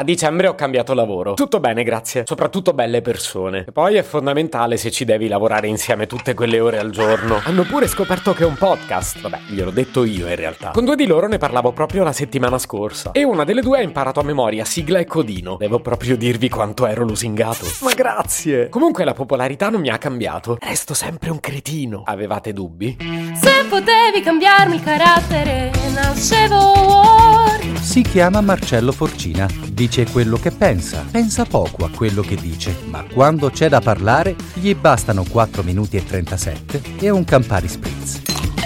A dicembre ho cambiato lavoro. Tutto bene, grazie. Soprattutto belle persone. E poi è fondamentale se ci devi lavorare insieme tutte quelle ore al giorno. Hanno pure scoperto che è un podcast. Vabbè, gliel'ho detto io in realtà. Con due di loro ne parlavo proprio la settimana scorsa. E una delle due ha imparato a memoria sigla e codino. Devo proprio dirvi quanto ero lusingato. Ma grazie. Comunque la popolarità non mi ha cambiato. Resto sempre un cretino. Avevate dubbi? Se potevi cambiarmi il carattere, nascevo Ward. Si chiama Marcello Forcina, dice quello che pensa poco a quello che dice, ma quando c'è da parlare gli bastano 4 minuti e 37 e un Campari Spritz.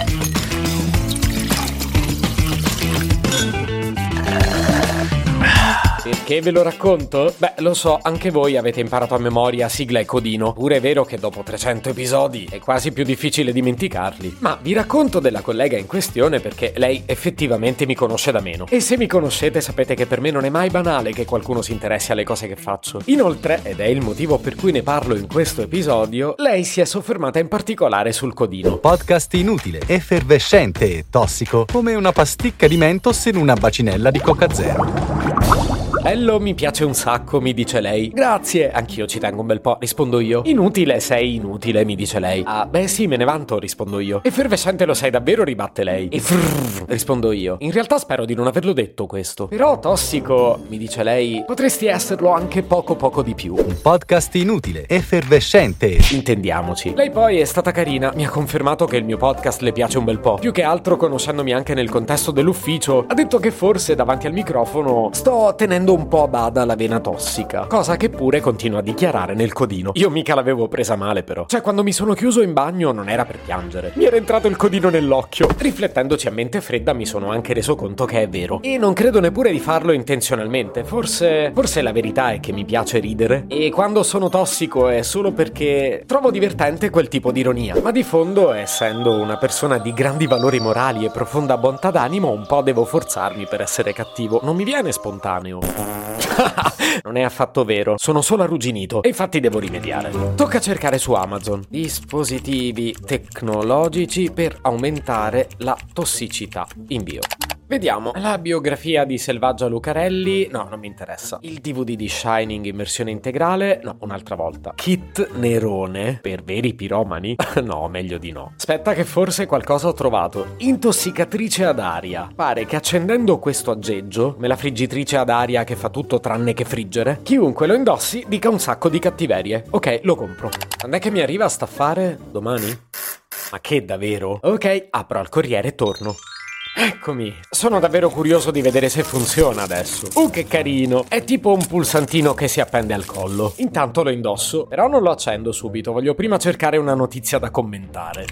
Perché ve lo racconto? Beh, lo so, anche voi avete imparato a memoria sigla e codino. Pure è vero che dopo 300 episodi è quasi più difficile dimenticarli. Ma vi racconto della collega in questione perché lei effettivamente mi conosce da meno. E se mi conoscete sapete che per me non è mai banale che qualcuno si interessi alle cose che faccio. Inoltre, ed è il motivo per cui ne parlo in questo episodio, lei si è soffermata in particolare sul codino. Podcast inutile, effervescente e tossico, come una pasticca di Mentos in una bacinella di Coca Zero. Bello, mi piace un sacco, mi dice lei. Grazie, anch'io ci tengo un bel po', rispondo io. Inutile, sei inutile, mi dice lei. Ah, beh sì, me ne vanto, rispondo io. Effervescente lo sei davvero, ribatte lei. E rispondo io. In realtà spero di non averlo detto questo. Però tossico, mi dice lei, potresti esserlo anche poco di più. Un podcast inutile, effervescente. Intendiamoci. Lei poi è stata carina, mi ha confermato che il mio podcast le piace un bel po'. Più che altro, conoscendomi anche nel contesto dell'ufficio, ha detto che forse davanti al microfono sto tenendo un po' a bada la vena tossica, cosa che pure continua a dichiarare nel codino. Io mica l'avevo presa male però. Cioè quando mi sono chiuso in bagno non era per piangere, mi era entrato il codino nell'occhio. Riflettendoci a mente fredda mi sono anche reso conto che è vero e non credo neppure di farlo intenzionalmente. Forse la verità è che mi piace ridere e quando sono tossico è solo perché trovo divertente quel tipo di ironia, ma di fondo, essendo una persona di grandi valori morali e profonda bontà d'animo, un po' devo forzarmi per essere cattivo, non mi viene spontaneo. Non è affatto vero, sono solo arrugginito e infatti devo rimediare. Tocca cercare su Amazon dispositivi tecnologici per aumentare la tossicità. Invio. Vediamo, la biografia di Selvaggia Lucarelli, no, non mi interessa. Il DVD di Shining in versione integrale, no, un'altra volta. Kit Nerone, per veri piromani? No, meglio di no. Aspetta che forse qualcosa ho trovato. Intossicatrice ad aria. Pare che accendendo questo aggeggio, me la friggitrice ad aria che fa tutto tranne che friggere, chiunque lo indossi dica un sacco di cattiverie. Ok, lo compro. Quando è che mi arriva a staffare? Domani? Ma che davvero? Ok, apro al corriere e torno. Eccomi, sono davvero curioso di vedere se funziona adesso. Che carino, è tipo un pulsantino che si appende al collo. Intanto lo indosso, però non lo accendo subito, voglio prima cercare una notizia da commentare.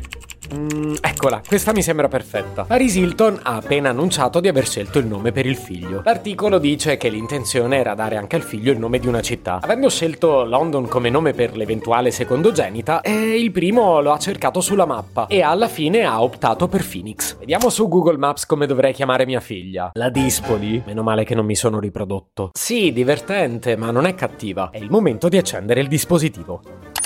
Eccola, questa mi sembra perfetta. Paris Hilton ha appena annunciato di aver scelto il nome per il figlio. L'articolo dice che l'intenzione era dare anche al figlio il nome di una città. Avendo scelto London come nome per l'eventuale secondogenita, il primo lo ha cercato sulla mappa e alla fine ha optato per Phoenix. Vediamo su Google Maps come dovrei chiamare mia figlia. La Dispoli? Meno male che non mi sono riprodotto. Sì, divertente, ma non è cattiva. È il momento di accendere il dispositivo.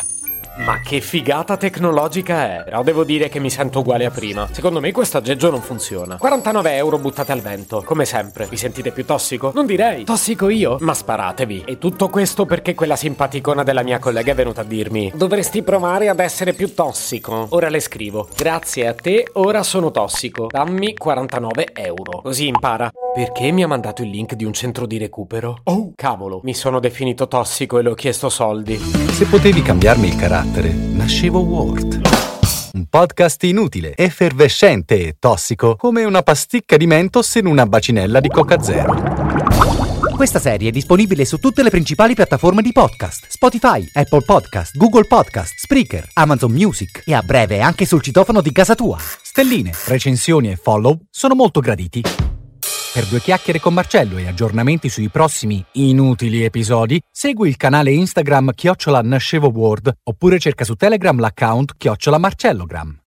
Ma che figata tecnologica è! Però devo dire che mi sento uguale a prima. Secondo me questo aggeggio non funziona. 49 euro buttate al vento, come sempre. Vi sentite più tossico? Non direi. Tossico io? Ma sparatevi. E tutto questo perché quella simpaticona della mia collega è venuta a dirmi: dovresti provare ad essere più tossico. Ora le scrivo: grazie a te, ora sono tossico. Dammi 49 euro. Così impara. Perché mi ha mandato il link di un centro di recupero? Oh, cavolo, mi sono definito tossico e le ho chiesto soldi. Se potevi cambiarmi il carattere, nascevo Ward. Un podcast inutile, effervescente e tossico, come una pasticca di Mentos in una bacinella di Coca Zero. Questa serie è disponibile su tutte le principali piattaforme di podcast: Spotify, Apple Podcast, Google Podcast, Spreaker, Amazon Music e a breve anche sul citofono di casa tua. Stelline, recensioni e follow sono molto graditi. Per 2 chiacchiere con Marcello e aggiornamenti sui prossimi inutili episodi, segui il canale Instagram @NascevoWord oppure cerca su Telegram l'account @Marcellogram.